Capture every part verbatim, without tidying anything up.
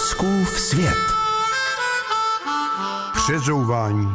Fouskův svět. Přezouvání.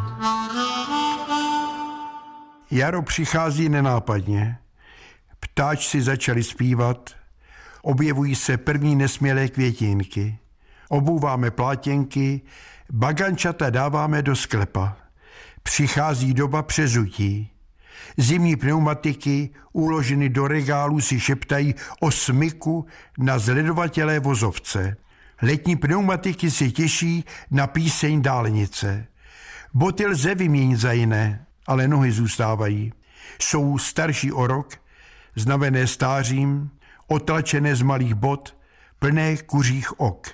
Jaro přichází nenápadně. Ptáčci začali zpívat. Objevují se první nesmělé květinky. Obouváme plátěnky, bagančata dáváme do sklepa. Přichází doba přezutí. Zimní pneumatiky uloženy do regálů si šeptají o smyku na zledovatělé vozovce. Letní pneumatiky si těší na píseň dálnice. Boty lze vyměnit za jiné, ale nohy zůstávají. Jsou starší o rok, znavené stářím, otlačené z malých bot, plné kuřích ok.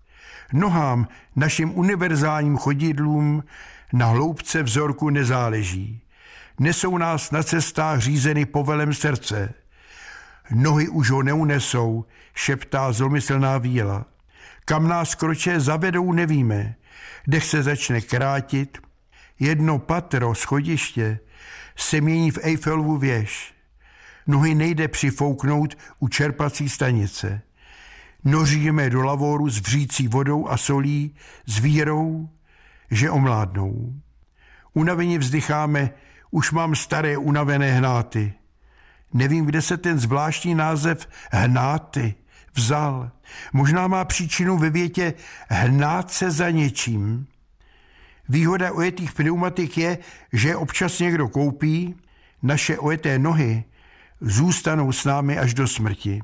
Nohám, našim univerzálním chodidlům, na hloubce vzorku nezáleží. Nesou nás na cestách řízeny povelem srdce. Nohy už ho neunesou, šeptá zlomyslná víla. Kam nás kroče zavedou, nevíme. Dech se začne krátit. Jedno patro schodiště se mění v Eiffelovu věž. Nohy nejde přifouknout u čerpací stanice. Noříme do lavoru s vřící vodou a solí, s vírou, že omládnou. Unaveně vzdycháme, už mám staré unavené hnáty. Nevím, kde se ten zvláštní název hnáty vzal. Možná má příčinu ve větě hnát se za něčím. Výhoda ojetých pneumatik je, že občas někdo koupí, naše ojeté nohy zůstanou s námi až do smrti.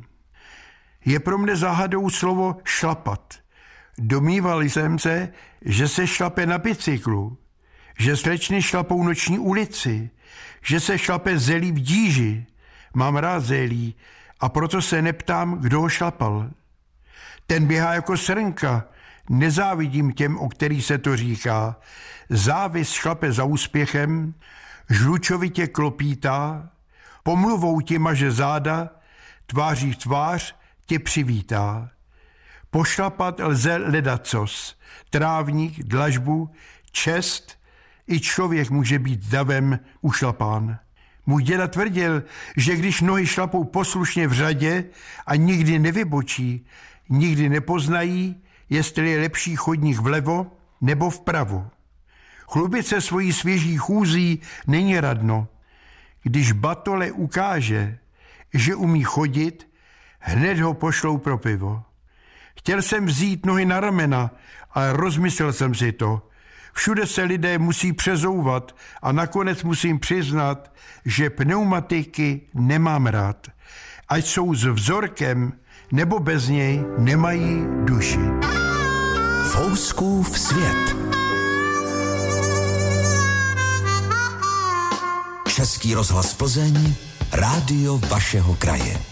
Je pro mne záhadou slovo šlapat. Domníval jsem se, že se šlape na bicyklu, že slečny šlapou noční ulici, že se šlape zelí v díži. Mám rád zelí a proto se neptám, kdo ho šlapal. Ten běhá jako srnka, nezávidím těm, o kterých se to říká. Závis šlape za úspěchem, žlučovitě klopítá, pomluvou ti maže záda, tváří v tvář tě přivítá. Pošlapat lze ledacos, trávník, dlažbu, čest, i člověk může být davem ušlapán. Můj děda tvrdil, že když nohy šlapou poslušně v řadě a nikdy nevybočí, nikdy nepoznají, jestli je lepší chodník vlevo nebo vpravo. Chlubit se svojí svěží chůzí není radno. Když batole ukáže, že umí chodit, hned ho pošlou pro pivo. Chtěl jsem vzít nohy na ramena, ale rozmyslel jsem si to. Všude se lidé musí přezouvat a nakonec musím přiznat, že pneumatiky nemám rád. Ať jsou s vzorkem nebo bez něj, nemají duši. Fouskův svět. Český rozhlas Plzeň, rádio vašeho kraje.